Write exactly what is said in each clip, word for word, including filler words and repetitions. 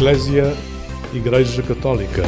Eclésia, Igreja Católica.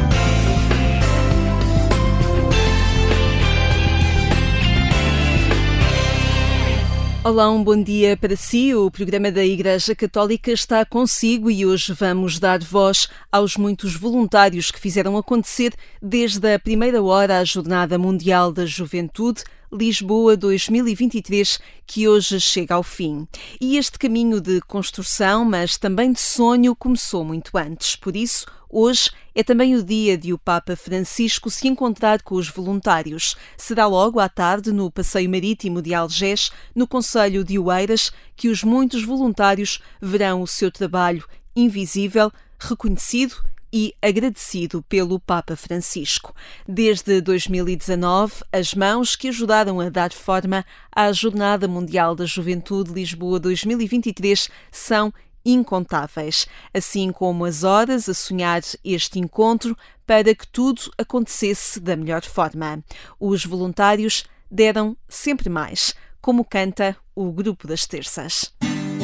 Olá, um bom dia para si. O programa da Igreja Católica está consigo e hoje vamos dar voz aos muitos voluntários que fizeram acontecer desde a primeira hora a Jornada Mundial da Juventude Lisboa dois mil e vinte e três, que hoje chega ao fim. E este caminho de construção, mas também de sonho, começou muito antes. Por isso, hoje é também o dia de o Papa Francisco se encontrar com os voluntários. Será logo à tarde no Passeio Marítimo de Algés, no concelho de Oeiras, que os muitos voluntários verão o seu trabalho invisível, reconhecido e agradecido pelo Papa Francisco. Desde dois mil e dezanove, as mãos que ajudaram a dar forma à Jornada Mundial da Juventude Lisboa dois mil e vinte e três são incontáveis, assim como as horas a sonhar este encontro para que tudo acontecesse da melhor forma. Os voluntários deram sempre mais, como canta o Grupo das Terças.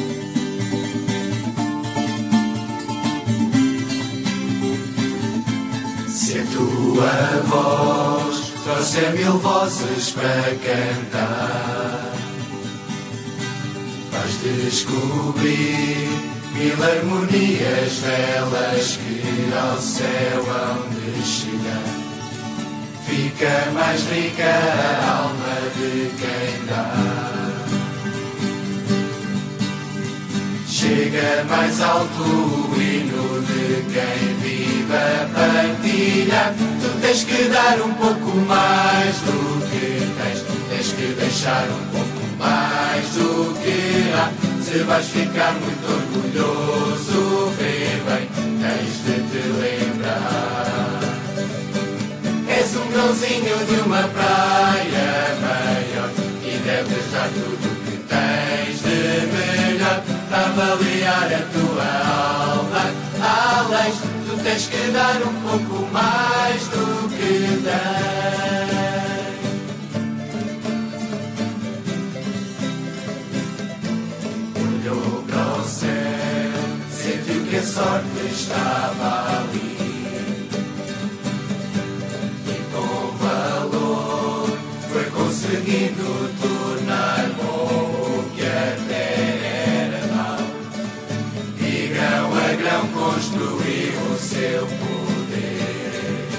Se a tua voz trouxer mil vozes para cantar, vais descobrir mil harmonias belas que ao céu hão de chegar. Fica mais rica a alma de quem dá. Chega mais alto o hino de quem vive a partilha. Tu tens que dar um pouco mais do que tens, tens que deixar um pouco mais do que há. Se vais ficar muito orgulhoso, vê bem, tens de te lembrar. És um grãozinho de uma praia maior e deves dar tudo o que tens de melhor para avaliar a tua alma. Além, tu tens que dar um pouco mais do que tens. Olhou para o céu, sentiu que a sorte estava ali. E com valor foi conseguindo tornar bom o que até era mau. E grão a grão construiu o seu poder.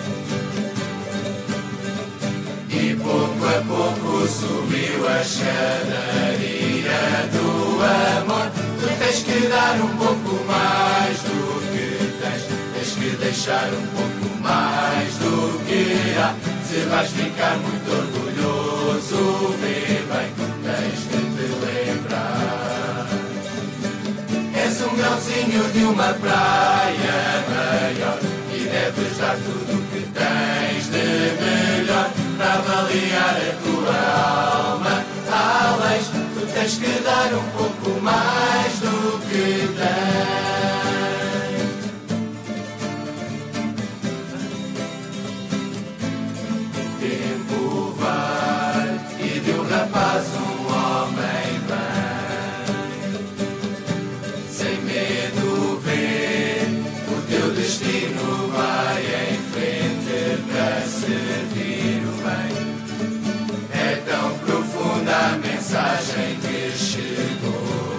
E pouco a pouco subiu a escadaria do amor. Tu tens que dar um pouco mais do que tens, tens que deixar um pouco mais do que há. Se vais ficar muito orgulhoso, vê bem, tens de te lembrar. És um grãozinho de uma praia maior e deves dar tudo o que tens de melhor para avaliar a tua alma. Além, tu tens que dar um pouco mais do que tens. Tempo vai e de um rapaz um homem vem. Sem medo vê, o teu destino vai em frente para servir o bem. É tão profunda a mensagem que chegou.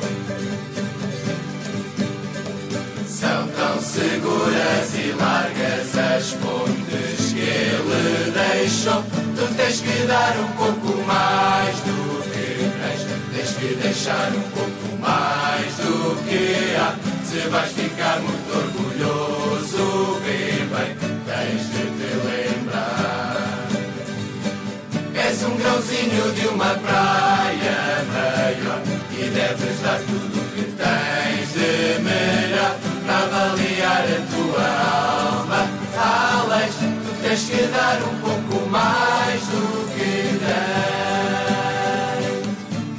São tão seguras e largas as pontes que ele deixou. Tu tens que dar um pouco mais do que tens, tens que deixar um pouco mais do que há. Se vais ficar muito orgulhoso, vê bem, tens de te lembrar. És um grãozinho de uma praia maior e deves dar tudo o que tens de melhor para avaliar a tua alma. Além, tu tens que dar um pouco mais do que tens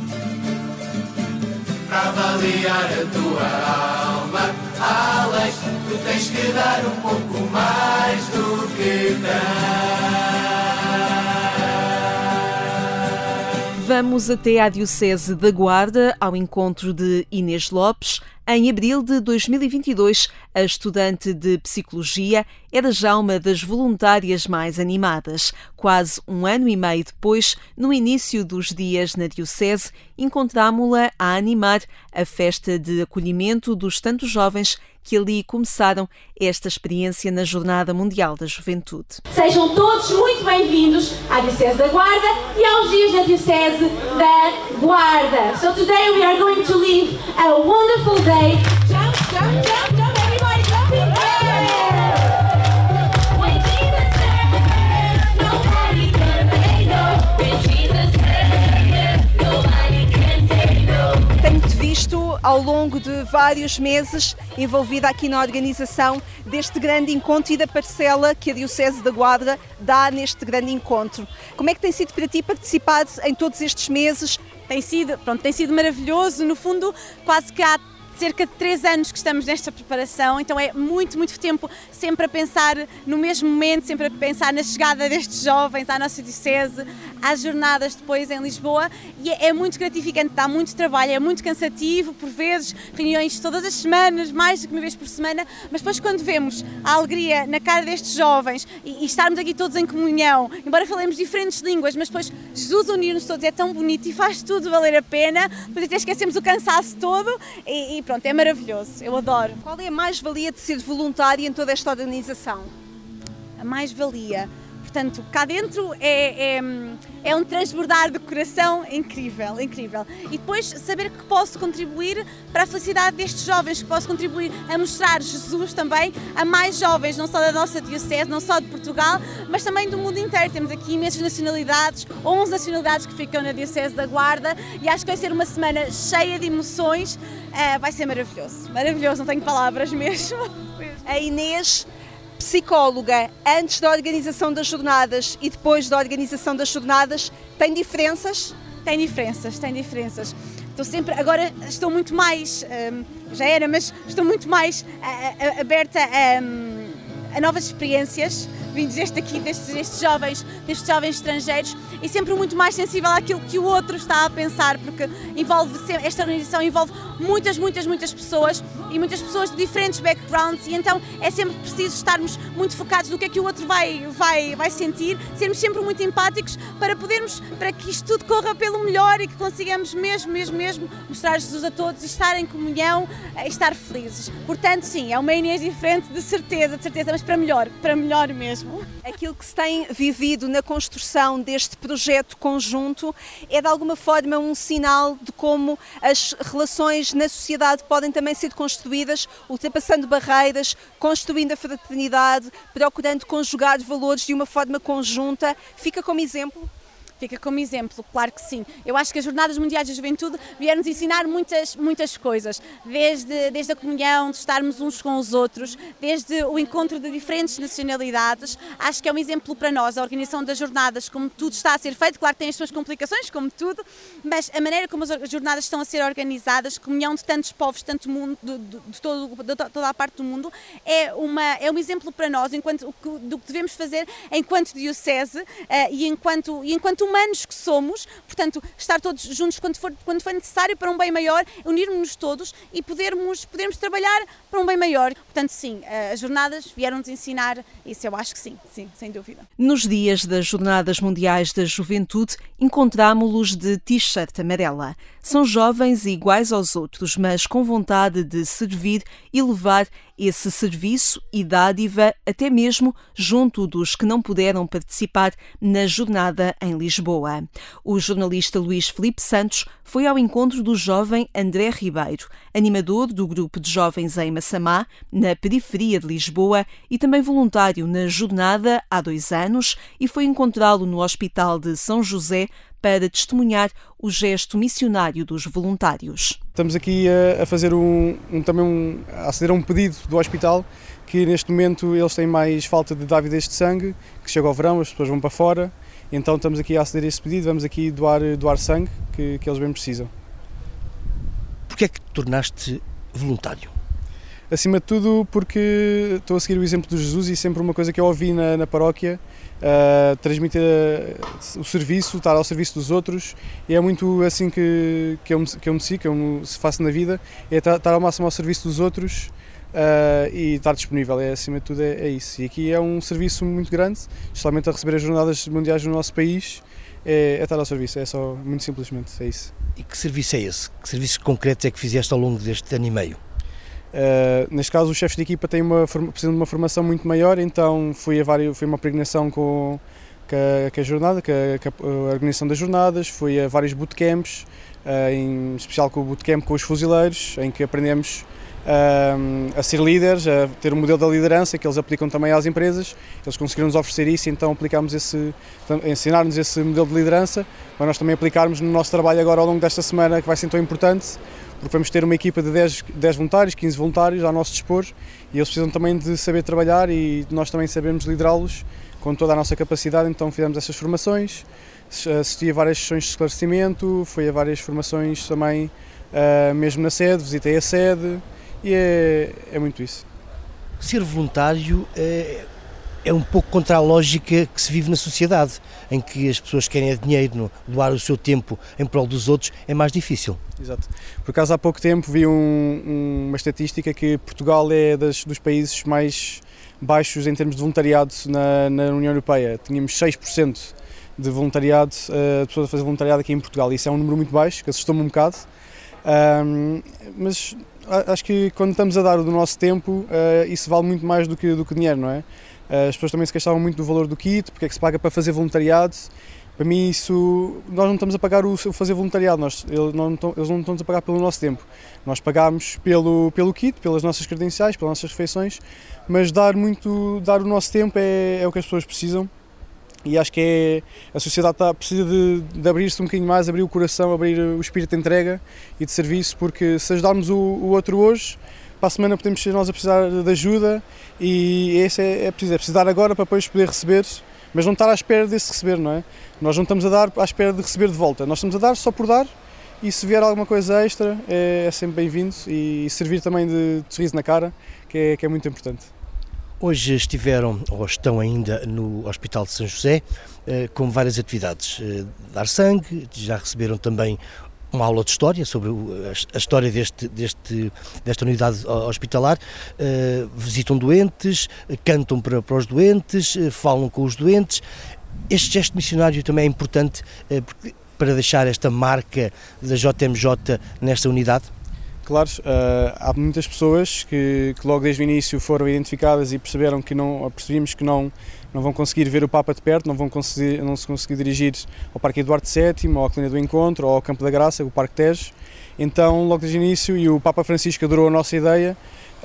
para avaliar a tua alma. Além, tu tens que dar um pouco mais do que tens. Vamos até à Diocese da Guarda, ao encontro de Inês Lopes. Em abril de dois mil e vinte e dois, a estudante de Psicologia era já uma das voluntárias mais animadas. Quase um ano e meio depois, no início dos dias na Diocese, encontrámo-la a animar a festa de acolhimento dos tantos jovens que ali começaram esta experiência na Jornada Mundial da Juventude. Sejam todos muito bem-vindos à Diocese da Guarda e aos dias da Diocese da Guarda. So today we are going to live a wonderful day. Jump, jump, jump, jump, everybody jump in there! When Jesus says, nobody can say no. When Jesus says, nobody can say no. Tenho-te visto ao longo de vários meses envolvida aqui na organização deste grande encontro e da parcela que a Diocese da Guarda dá neste grande encontro. Como é que tem sido para ti participar em todos estes meses? Tem sido, pronto, tem sido maravilhoso, no fundo quase que há cerca de três anos que estamos nesta preparação, então é muito, muito tempo sempre a pensar no mesmo momento, sempre a pensar na chegada destes jovens à nossa Diocese, às jornadas depois em Lisboa, e é, é muito gratificante, dá muito trabalho, é muito cansativo, por vezes, reuniões todas as semanas, mais do que uma vez por semana, mas depois quando vemos a alegria na cara destes jovens e, e estarmos aqui todos em comunhão, embora falemos diferentes línguas, mas depois Jesus unir-nos todos é tão bonito e faz tudo valer a pena, depois até esquecemos o cansaço todo e, e pronto, é maravilhoso, eu adoro. Qual é a mais-valia de ser voluntária em toda esta organização? A mais-valia, portanto, cá dentro é, é, é um transbordar do coração incrível, incrível. E depois saber que posso contribuir para a felicidade destes jovens, que posso contribuir a mostrar Jesus também a mais jovens, não só da nossa Diocese, não só de Portugal, mas também do mundo inteiro. Temos aqui imensas nacionalidades, onze nacionalidades que ficam na Diocese da Guarda e acho que vai ser uma semana cheia de emoções. Uh, vai ser maravilhoso, maravilhoso, não tenho palavras mesmo. A Inês, psicóloga, antes da organização das jornadas e depois da organização das jornadas, tem diferenças? Tem diferenças, tem diferenças. Estou sempre, agora estou muito mais, um, já era, mas estou muito mais uh, aberta a, um, a novas experiências, vindos deste aqui, destes, destes jovens, destes jovens estrangeiros, e sempre muito mais sensível àquilo que o outro está a pensar, porque envolve, esta organização envolve muitas, muitas, muitas pessoas e muitas pessoas de diferentes backgrounds, e então é sempre preciso estarmos muito focados no que é que o outro vai, vai, vai sentir, sermos sempre muito empáticos para podermos, para que isto tudo corra pelo melhor e que consigamos mesmo, mesmo, mesmo mostrar Jesus a todos e estar em comunhão e estar felizes. Portanto, sim, é uma Inês diferente, de certeza, de certeza, mas para melhor, para melhor mesmo. Aquilo que se tem vivido na construção deste projeto conjunto é de alguma forma um sinal de como as relações na sociedade podem também ser construídas, ultrapassando barreiras, construindo a fraternidade, procurando conjugar valores de uma forma conjunta. Fica como exemplo? Fica como exemplo, claro que sim. Eu acho que as Jornadas Mundiais da Juventude vieram-nos ensinar muitas, muitas coisas, desde, desde a comunhão, de estarmos uns com os outros, desde o encontro de diferentes nacionalidades. Acho que é um exemplo para nós, a organização das jornadas, como tudo está a ser feito. Claro que tem as suas complicações, como tudo, mas a maneira como as jornadas estão a ser organizadas, comunhão de tantos povos, tanto mundo, de, de, de, todo, de toda a parte do mundo, é, uma, é um exemplo para nós enquanto, do que devemos fazer enquanto Diocese uh, e enquanto, e enquanto humanos que somos, portanto, estar todos juntos quando for, quando for necessário para um bem maior, unirmos-nos todos e podermos, podermos trabalhar para um bem maior. Portanto, sim, as jornadas vieram-nos ensinar isso, eu acho que sim, sim, sem dúvida. Nos dias das Jornadas Mundiais da Juventude, encontrámo-los de t-shirt amarela. São jovens iguais aos outros, mas com vontade de servir e levar esse serviço e dádiva até mesmo junto dos que não puderam participar na jornada em Lisboa. O jornalista Luís Filipe Santos foi ao encontro do jovem André Ribeiro, animador do grupo de jovens em Massamá, na periferia de Lisboa, e também voluntário na jornada há dois anos, e foi encontrá-lo no Hospital de São José para testemunhar o gesto missionário dos voluntários. Estamos aqui a, a fazer um, um, também um, a aceder a um pedido do hospital, que neste momento eles têm mais falta de dávidas de sangue, que chega ao verão, as pessoas vão para fora, então estamos aqui a aceder a esse pedido, vamos aqui doar, doar sangue, que, que eles bem precisam. Porquê é que te tornaste voluntário? Acima de tudo porque estou a seguir o exemplo de Jesus e sempre uma coisa que eu ouvi na, na paróquia uh, transmitir uh, o serviço, estar ao serviço dos outros, e é muito assim que, que eu me que eu me sigo, que eu me faço na vida, é estar, estar ao máximo ao serviço dos outros uh, e estar disponível, é, acima de tudo é, é isso. E aqui é um serviço muito grande, especialmente a receber as jornadas mundiais no nosso país, é, é estar ao serviço, é só, muito simplesmente, é isso. E que serviço é esse? Que serviços concretos é que fizeste ao longo deste ano e meio? Uh, neste caso, os chefes de equipa têm uma, precisam de uma formação muito maior, então fui a vários, foi uma peregrinação com, com, a, com a jornada, com a, com a organização das jornadas, fui a vários bootcamps, uh, em especial com o bootcamp com os fuzileiros, em que aprendemos uh, a ser líderes, a ter um modelo da liderança que eles aplicam também às empresas. Eles conseguiram nos oferecer isso, então aplicámos esse, ensinar-nos esse modelo de liderança, para nós também aplicarmos no nosso trabalho agora ao longo desta semana, que vai ser tão importante, porque vamos ter uma equipa de dez, dez voluntários, quinze voluntários ao nosso dispor, e eles precisam também de saber trabalhar e nós também sabemos liderá-los com toda a nossa capacidade, então fizemos essas formações, assisti a várias sessões de esclarecimento, fui a várias formações também, uh, mesmo na sede, visitei a sede, e é, é muito isso. Ser voluntário é, é um pouco contra a lógica que se vive na sociedade, em que as pessoas querem é dinheiro, no, doar o seu tempo em prol dos outros, é mais difícil. Exato. Por acaso há pouco tempo vi um, um, uma estatística que Portugal é das, dos países mais baixos em termos de voluntariado na, na União Europeia. Tínhamos seis por cento de voluntariado, uh, de pessoas a fazer voluntariado aqui em Portugal, e isso é um número muito baixo, que assustou-me um bocado, um, mas acho que quando estamos a dar o do nosso tempo, uh, isso vale muito mais do que, do que dinheiro, não é? As pessoas também se queixavam muito do valor do kit, porque é que se paga para fazer voluntariado. Para mim isso, nós não estamos a pagar o fazer voluntariado, nós, eles, não, eles não estão a pagar pelo nosso tempo. Nós pagamos pelo, pelo kit, pelas nossas credenciais, pelas nossas refeições, mas dar, muito, dar o nosso tempo é, é o que as pessoas precisam, e acho que é, a sociedade está, precisa de, de abrir-se um bocadinho mais, abrir o coração, abrir o espírito de entrega e de serviço, porque se ajudarmos o, o outro hoje, para a semana podemos ser nós a precisar de ajuda, e esse é, é preciso, é preciso dar agora para depois poder receber, mas não estar à espera desse receber, não é? Nós não estamos a dar à espera de receber de volta, nós estamos a dar só por dar, e se vier alguma coisa extra é, é sempre bem-vindo, e servir também de, de sorriso na cara, que é, que é muito importante. Hoje estiveram, ou estão ainda, no Hospital de São José, com várias atividades, dar sangue, já receberam também uma aula de história sobre a história deste, deste, desta unidade hospitalar, uh, visitam doentes, cantam para, para os doentes, uh, falam com os doentes. Este gesto missionário também é importante uh, porque, para deixar esta marca da J M J nesta unidade? Claro, uh, há muitas pessoas que, que logo desde o início foram identificadas e perceberam que não, percebemos que não, não vão conseguir ver o Papa de perto, não vão conseguir, não se conseguir dirigir ao Parque Eduardo sétimo, ou à Colina do Encontro, ou ao Campo da Graça, o Parque Tejo. Então, logo desde o início, e o Papa Francisco adorou a nossa ideia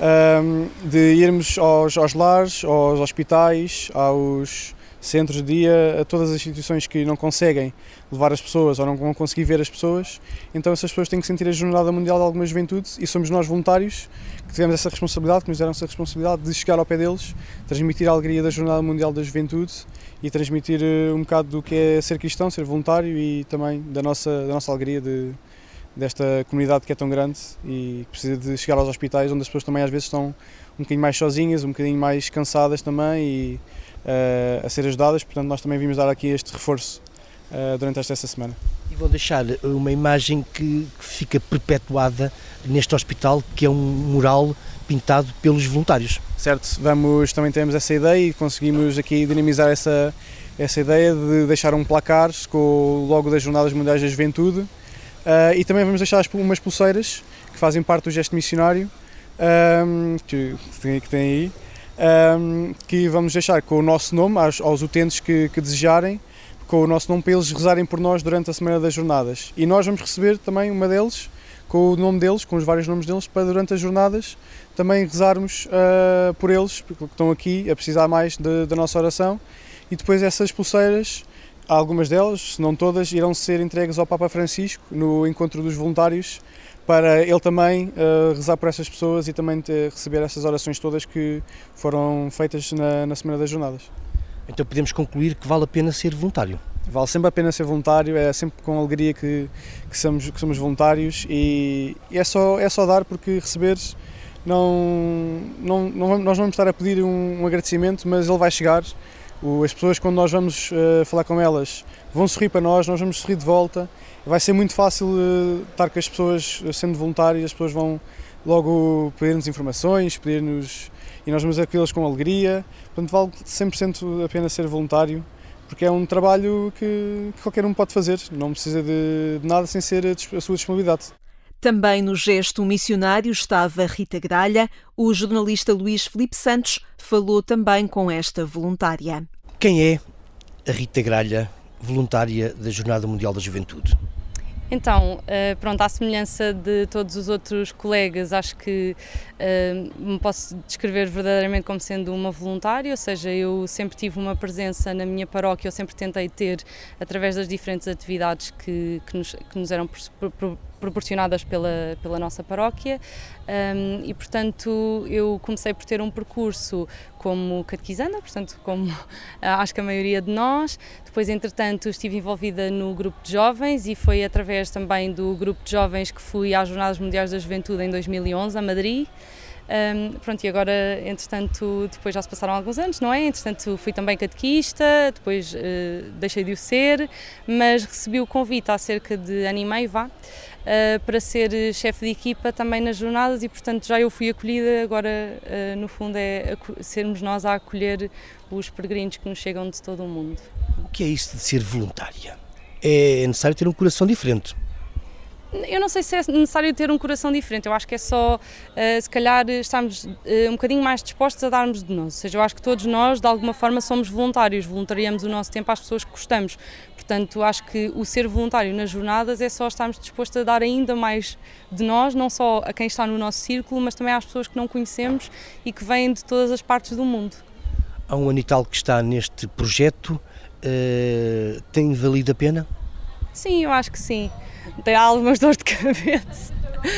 um, de irmos aos, aos lares, aos hospitais, aos centros de dia, a todas as instituições que não conseguem levar as pessoas ou não vão conseguir ver as pessoas. Então essas pessoas têm que sentir a Jornada Mundial de Alguma Juventude, e somos nós voluntários que tivemos essa responsabilidade, que nos deram essa responsabilidade de chegar ao pé deles, transmitir a alegria da Jornada Mundial da Juventude e transmitir um bocado do que é ser cristão, ser voluntário, e também da nossa, da nossa alegria de, desta comunidade que é tão grande e que precisa de chegar aos hospitais, onde as pessoas também às vezes estão um bocadinho mais sozinhas, um bocadinho mais cansadas também, e Uh, a ser ajudadas, portanto nós também vimos dar aqui este reforço uh, durante esta, esta semana. E vou deixar uma imagem que, que fica perpetuada neste hospital, que é um mural pintado pelos voluntários. Certo, vamos, também temos essa ideia e conseguimos aqui dinamizar essa, essa ideia de deixar um placar com o logo das Jornadas Mundiais da Juventude, uh, e também vamos deixar umas pulseiras que fazem parte do gesto missionário, um, que, que tem aí, Um, que vamos deixar com o nosso nome aos, aos utentes que, que desejarem, com o nosso nome, para eles rezarem por nós durante a Semana das Jornadas. E nós vamos receber também uma deles, com o nome deles, com os vários nomes deles, para durante as jornadas também rezarmos uh, por eles, porque estão aqui a precisar mais de, da nossa oração. E depois essas pulseiras, algumas delas, se não todas, irão ser entregues ao Papa Francisco no encontro dos voluntários, para ele também uh, rezar por essas pessoas e também ter, receber essas orações todas que foram feitas na, na Semana das Jornadas. Então podemos concluir que vale a pena ser voluntário? Vale sempre a pena ser voluntário, é sempre com alegria que, que, somos, que somos voluntários, e, e é, só, é só dar, porque receber, não, não, não, nós não vamos estar a pedir um, um agradecimento, mas ele vai chegar O, as pessoas, quando nós vamos uh, falar com elas, vão sorrir para nós, nós vamos sorrir de volta. Vai ser muito fácil uh, estar com as pessoas uh, sendo voluntárias, as pessoas vão logo pedir-nos informações, pedir-nos, e nós vamos acolhê-las com alegria. Portanto, vale cem por cento a pena ser voluntário, porque é um trabalho que, que qualquer um pode fazer, não precisa de, de nada sem ser a, a sua disponibilidade. Também no gesto missionário estava Rita Gralha. O jornalista Luís Filipe Santos falou também com esta voluntária. Quem é a Rita Gralha, voluntária da Jornada Mundial da Juventude? Então, pronto, à semelhança de todos os outros colegas, acho que uh, me posso descrever verdadeiramente como sendo uma voluntária, ou seja, eu sempre tive uma presença na minha paróquia, eu sempre tentei ter, através das diferentes atividades que, que, nos, que nos eram pro, pro, proporcionadas pela, pela nossa paróquia, um, e portanto eu comecei por ter um percurso como catequizanda, portanto como acho que a maioria de nós. Depois, entretanto, estive envolvida no grupo de jovens e foi através também do grupo de jovens que fui às Jornadas Mundiais da Juventude em dois mil e onze, a Madrid. Um, pronto, e agora, entretanto, depois já se passaram alguns anos, não é? Entretanto, fui também catequista, depois uh, deixei de o ser, mas recebi o convite há cerca de ano e meio, vá, uh, para ser chefe de equipa também nas jornadas e, portanto, já eu fui acolhida, agora, uh, no fundo, é sermos nós a acolher os peregrinos que nos chegam de todo o mundo. O que é isso de ser voluntária? É necessário ter um coração diferente. Eu não sei se é necessário ter um coração diferente, eu acho que é só, uh, se calhar, estarmos uh, um bocadinho mais dispostos a darmos de nós. Ou seja, eu acho que todos nós, de alguma forma, somos voluntários, voluntariamos o nosso tempo às pessoas que gostamos. Portanto, acho que o ser voluntário nas jornadas é só estarmos dispostos a dar ainda mais de nós, não só a quem está no nosso círculo, mas também às pessoas que não conhecemos e que vêm de todas as partes do mundo. Há um ano e tal que está neste projeto, uh, tem valido a pena? Sim, eu acho que sim. Tem algumas dores de cabeça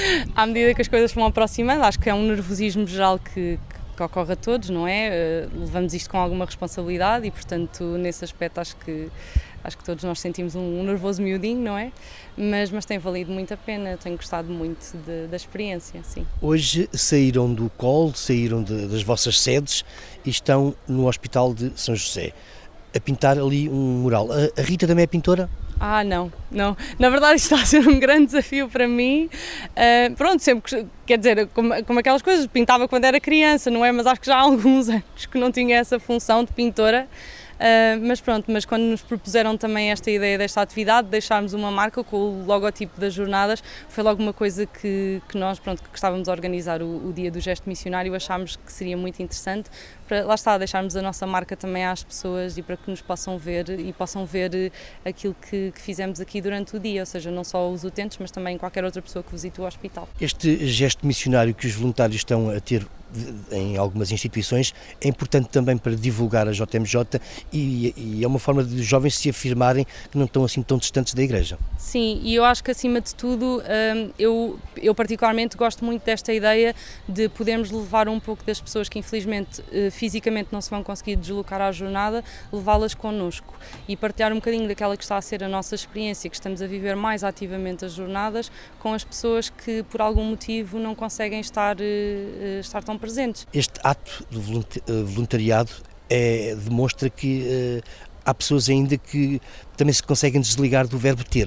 à medida que as coisas vão aproximando. Acho que é um nervosismo geral que, que ocorre a todos, não é? Uh, levamos isto com alguma responsabilidade e, portanto, nesse aspecto acho que, acho que todos nós sentimos um, um nervoso miudinho, não é? Mas, mas tem valido muito a pena, tenho gostado muito de, da experiência, sim. Hoje saíram do C O L, saíram de, das vossas sedes e estão no Hospital de São José a pintar ali um mural. A, a Rita também é pintora? Ah, não, não. Na verdade isto está a ser um grande desafio para mim. Uh, pronto, sempre, quer dizer, como, como aquelas coisas, pintava quando era criança, não é? Mas acho que já há alguns anos que não tinha essa função de pintora. Uh, mas pronto, mas quando nos propuseram também esta ideia desta atividade, deixarmos uma marca com o logotipo das jornadas, foi logo uma coisa que, que nós, pronto, que gostávamos de organizar o, o dia do gesto missionário, achámos que seria muito interessante, para, lá está, deixarmos a nossa marca também às pessoas e para que nos possam ver e possam ver aquilo que, que fizemos aqui durante o dia, ou seja, não só os utentes, mas também qualquer outra pessoa que visite o hospital. Este gesto missionário que os voluntários estão a ter em algumas instituições é importante também para divulgar a J M J e, e é uma forma de os jovens se afirmarem que não estão assim tão distantes da Igreja. Sim, e eu acho que acima de tudo eu, eu particularmente gosto muito desta ideia de podermos levar um pouco das pessoas que infelizmente fisicamente não se vão conseguir deslocar à jornada, levá-las connosco e partilhar um bocadinho daquela que está a ser a nossa experiência, que estamos a viver mais ativamente as jornadas com as pessoas que por algum motivo não conseguem estar, estar tão presentes. Este ato de voluntariado é, demonstra que uh, há pessoas ainda que também se conseguem desligar do verbo ter.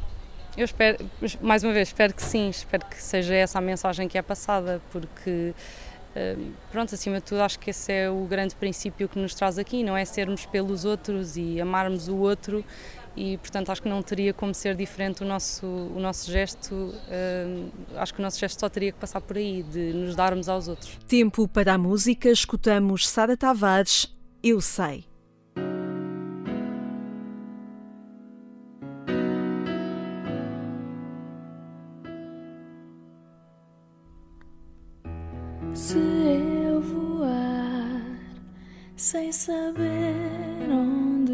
Eu espero, mais uma vez, espero que sim, espero que seja essa a mensagem que é passada, porque, uh, pronto, acima de tudo, acho que esse é o grande princípio que nos traz aqui, não é sermos pelos outros e amarmos o outro. E, portanto, acho que não teria como ser diferente o nosso, o nosso gesto, uh, acho que o nosso gesto só teria que passar por aí, de nos darmos aos outros. Tempo para a música, escutamos Sara Tavares, Eu Sei. Se eu voar sem saber onde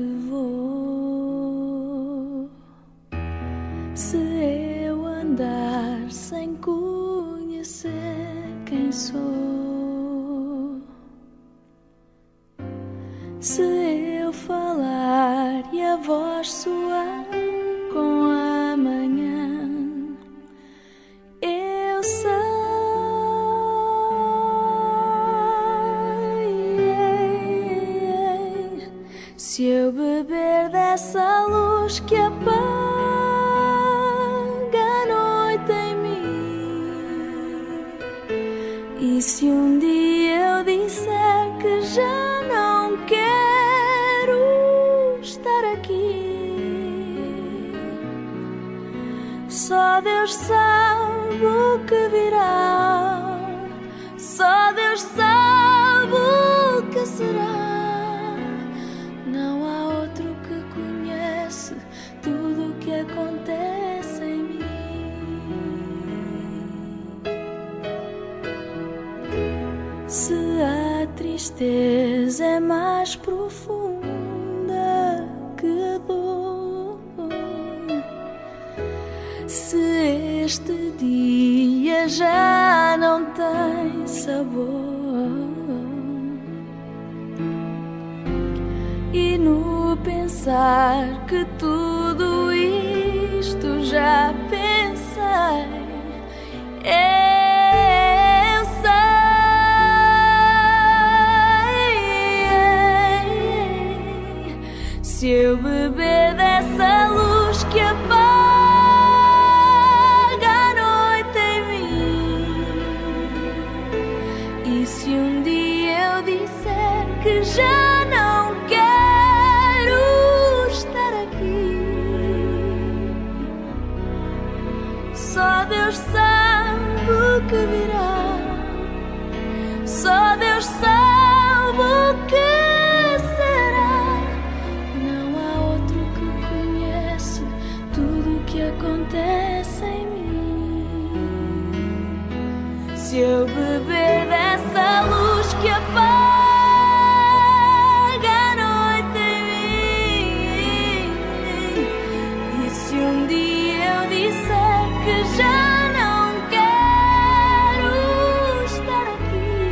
vou, se eu andar sem conhecer quem sou, se eu falar e a voz soar com a manhã, eu sei, dessa luz que apaga a noite em mim. E se um dia eu disser que já não quero estar aqui, só Deus sabe o que virá, só Deus sabe o que será. Não há outro que conhece tudo o que acontece em mim. Se a tristeza é mais profunda que dor, se este dia já não tem sabor, e no pensar que tudo isto já pensei, eu sei. Se eu beber dessa luz que apaga a noite em mim, e se um dia eu disser que já não quero estar aqui, só Deus sabe o que virá, só Deus sabe o que será. Não há outro que conhece tudo o que acontece em mim. Se eu beber dessa luz que apaga que já não quero estar aqui,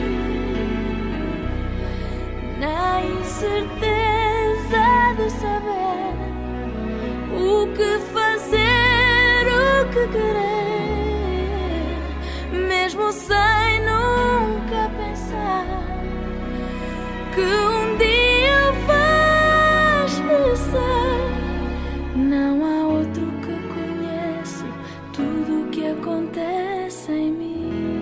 na incerteza de saber o que fazer, o que querer, mesmo sem nunca pensar que um dia eu vais perecer. Não há outro que tudo o que acontece em mim.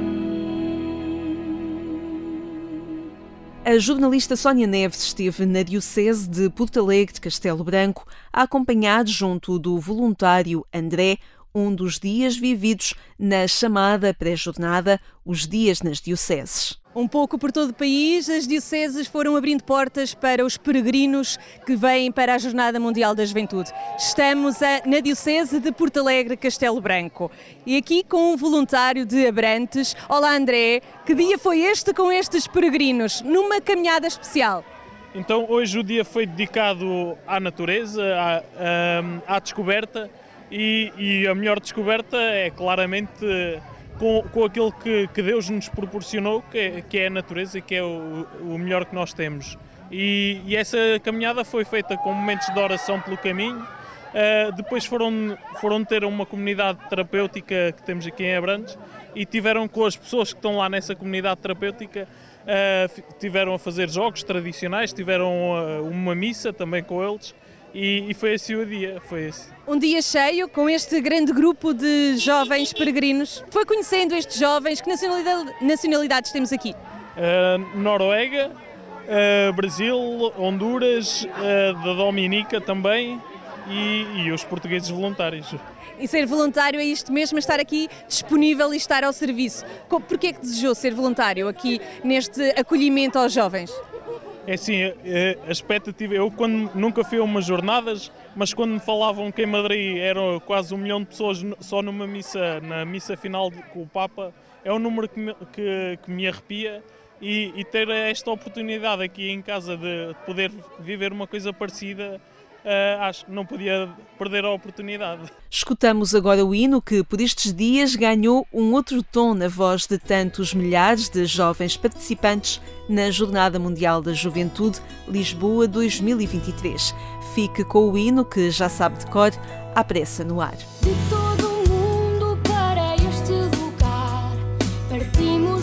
A jornalista Sónia Neves esteve na Diocese de Porto Alegre de Castelo Branco a acompanhar junto do voluntário André um dos dias vividos na chamada pré-jornada Os Dias nas Dioceses. Um pouco por todo o país, as dioceses foram abrindo portas para os peregrinos que vêm para a Jornada Mundial da Juventude. Estamos a, na Diocese de Porto Alegre, Castelo Branco, e aqui com um voluntário de Abrantes. Olá André, que dia foi este com estes peregrinos, numa caminhada especial? Então hoje o dia foi dedicado à natureza, à, à, à descoberta, e, e a melhor descoberta é claramente com, com aquilo que, que Deus nos proporcionou, que é, que é a natureza e que é o, o melhor que nós temos. E, e essa caminhada foi feita com momentos de oração pelo caminho. Uh, depois foram, foram ter uma comunidade terapêutica que temos aqui em Abrantes e tiveram com as pessoas que estão lá nessa comunidade terapêutica, uh, tiveram a fazer jogos tradicionais, tiveram uh, uma missa também com eles. E, e foi assim o dia, foi esse. Um dia cheio com este grande grupo de jovens peregrinos. Foi conhecendo estes jovens, que nacionalidade, nacionalidades temos aqui? Uh, Noruega, uh, Brasil, Honduras, uh, da Dominica também e, e os portugueses voluntários. E ser voluntário é isto mesmo, estar aqui disponível e estar ao serviço. Porquê é que desejou ser voluntário aqui neste acolhimento aos jovens? É assim, a expectativa, eu quando nunca fui a umas jornadas, mas quando me falavam que em Madrid eram quase um milhão de pessoas só numa missa, na missa final com o Papa, é um número que me, que, que me arrepia, e, e ter esta oportunidade aqui em casa de poder viver uma coisa parecida, Uh, acho que não podia perder a oportunidade. Escutamos agora o hino que por estes dias ganhou um outro tom na voz de tantos milhares de jovens participantes na Jornada Mundial da Juventude Lisboa dois mil e vinte e três. Fique com o hino que já sabe de cor, à pressa no ar. De todo o mundo para este lugar, partimos,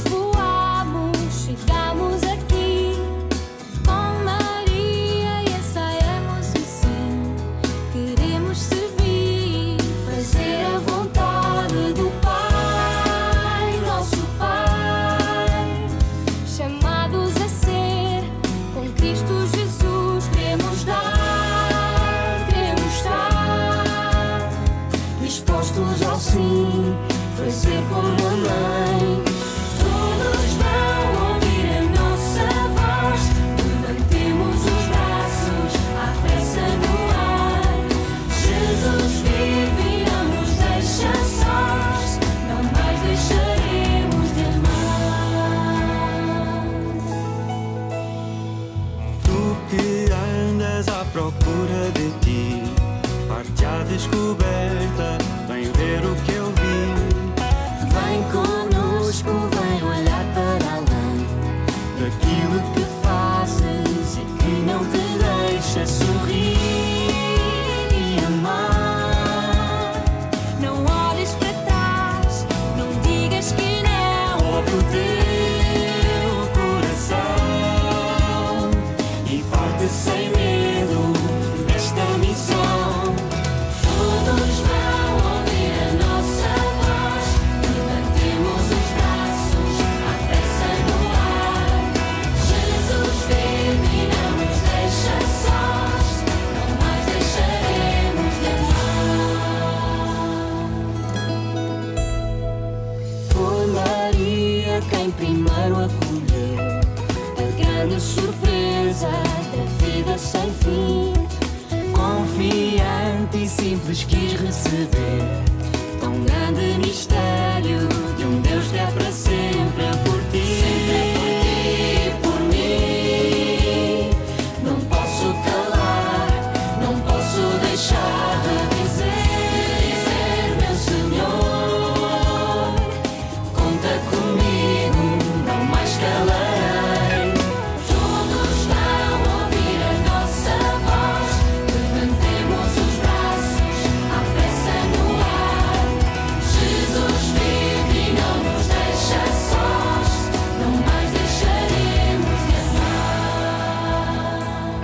voamos, chegamos aqui. Com Maria, essa é a emoção. de ti. Parte à descoberta, vem ver o que eu vi. Vem conosco, vem olhar para além Daquilo que fazes e que não te deixa sorrir e amar. Não olhes para trás, não digas que não. ouve o teu coração E parte sem medo desta missão. Todos vão ouvir a nossa voz. Levantemos os braços à pressa no ar. Jesus vive e não nos deixa sós. Não mais deixaremos de amar. Foi Maria quem primeiro acolheu a grande surpresa da vida sem fim. Confiante e simples quis receber tão grande mistério de um Deus que é para sempre por ti. Sempre por ti, por mim. Não posso calar, não posso deixar de dizer, dizer, meu Senhor, conta comigo, não mais calarei. Todos vão ouvir a nossa voz. Levantemos os braços à pressa no ar. Jesus vive e não nos deixa sós. Não mais deixaremos de amar.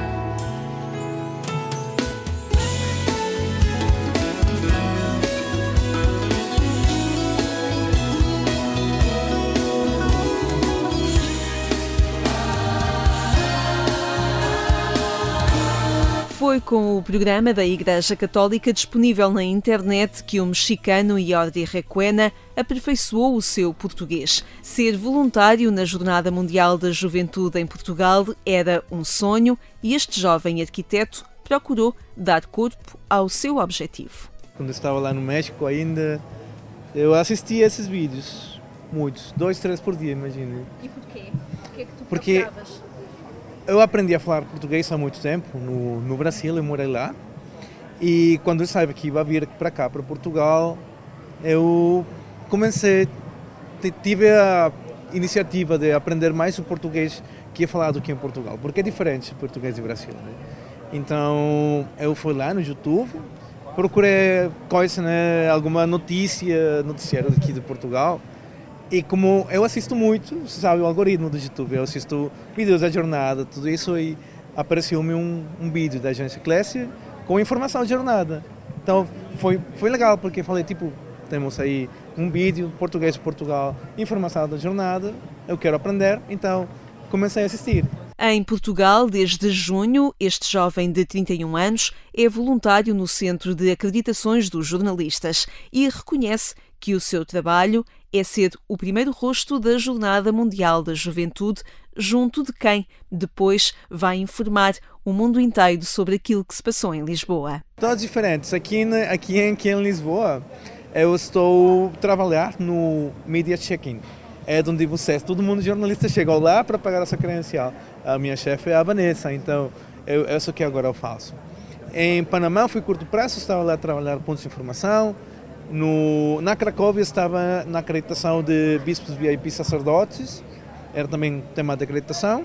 Foi com o programa da Igreja Católica disponível na internet que o mexicano Jordi Requena aperfeiçoou o seu português. Ser voluntário na Jornada Mundial da Juventude em Portugal era um sonho e este jovem arquiteto procurou dar corpo ao seu objetivo. Quando eu estava lá no México ainda, eu assistia esses vídeos, muitos, dois, três por dia, imagina. E porquê? Porquê que tu Porque procuravas? eu aprendi a falar português há muito tempo, no, no Brasil, eu morei lá. E quando eu sabia que ia vir para cá, para Portugal, eu comecei, tive a iniciativa de aprender mais o português que é falado aqui em Portugal, porque é diferente o português do Brasil, né? Então eu fui lá no YouTube, procurei coisa, né, alguma notícia, noticiário aqui de Portugal. E como eu assisto muito, você sabe, o algoritmo do YouTube, eu assisto vídeos da jornada, tudo isso, e apareceu-me um, um vídeo da agência Eclésia com informação da jornada. Então foi, foi legal, porque falei, tipo, temos aí um vídeo, português de Portugal, informação da jornada, eu quero aprender, então comecei a assistir. Em Portugal, desde junho, este jovem de trinta e um anos é voluntário no Centro de Acreditações dos Jornalistas e reconhece que o seu trabalho é ser o primeiro rosto da Jornada Mundial da Juventude, junto de quem depois vai informar o mundo inteiro sobre aquilo que se passou em Lisboa. Todos diferentes. Aqui, aqui, aqui em Lisboa, eu estou a trabalhar no Media Check-in. É onde você, todo mundo jornalista chegou lá para pagar essa credencial. A minha chefe é a Vanessa, então eu, é isso que agora eu faço. Em Panamá fui curto prazo, estava lá a trabalhar pontos de informação. No, na Cracóvia estava na acreditação de bispos V I P sacerdotes, era também tema de acreditação.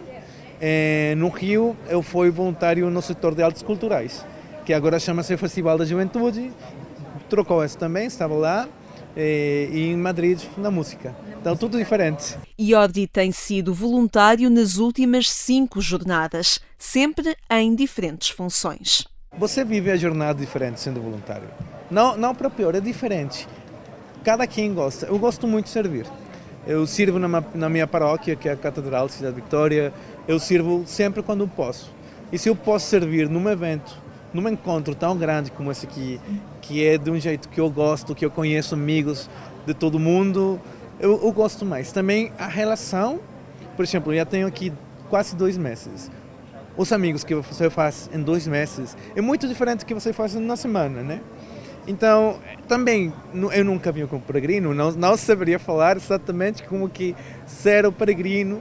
E no Rio eu fui voluntário no setor de artes culturais, que agora chama-se Festival da Juventude. Trocou esse também, estava lá. E em Madrid, na música. Então, tudo diferente. Jordi tem sido voluntário nas últimas cinco jornadas, sempre em diferentes funções. Você vive a jornada diferente sendo voluntário. Não, não para pior, é diferente. Cada quem gosta. Eu gosto muito de servir. Eu sirvo na, na minha paróquia, que é a Catedral de Cidade Vitória. Eu sirvo sempre quando posso. E se eu posso servir num evento, num encontro tão grande como esse aqui, que é de um jeito que eu gosto, que eu conheço amigos de todo mundo, eu, eu gosto mais. Também a relação, por exemplo, eu já tenho aqui quase dois meses. Os amigos que você faz em dois meses é muito diferente do que você faz na semana, né? Então, também, eu nunca vim como peregrino, não, não saberia falar exatamente como que ser o peregrino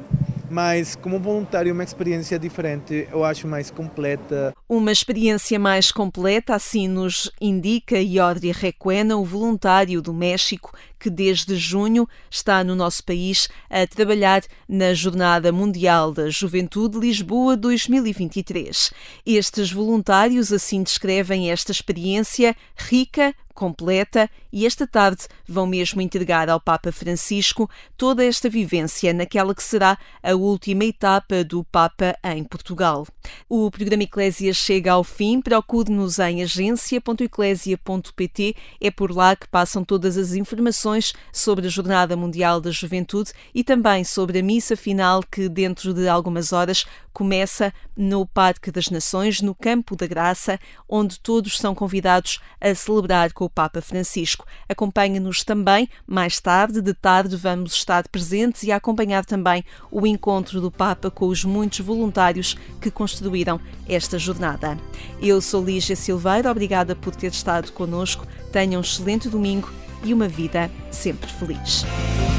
mas como voluntário uma experiência diferente, eu acho mais completa. Uma experiência mais completa, assim nos indica Yodri Requena, o voluntário do México, que desde junho está no nosso país a trabalhar na Jornada Mundial da Juventude Lisboa dois mil e vinte e três. Estes voluntários assim descrevem esta experiência rica, completa, e esta tarde vão mesmo entregar ao Papa Francisco toda esta vivência naquela que será a última etapa do Papa em Portugal. O programa Eclésia chega ao fim. Procure-nos em agência ponto eclésia ponto pt. É por lá que passam todas as informações sobre a Jornada Mundial da Juventude e também sobre a missa final que dentro de algumas horas começa no Parque das Nações, no Campo da Graça, onde todos são convidados a celebrar com o Papa Francisco. Acompanhe-nos também. Mais tarde, de tarde, vamos estar presentes e a acompanhar também o encontro do Papa com os muitos voluntários que construíram esta jornada. Eu sou Lígia Silveira, obrigada por ter estado connosco. Tenham um excelente domingo e uma vida sempre feliz.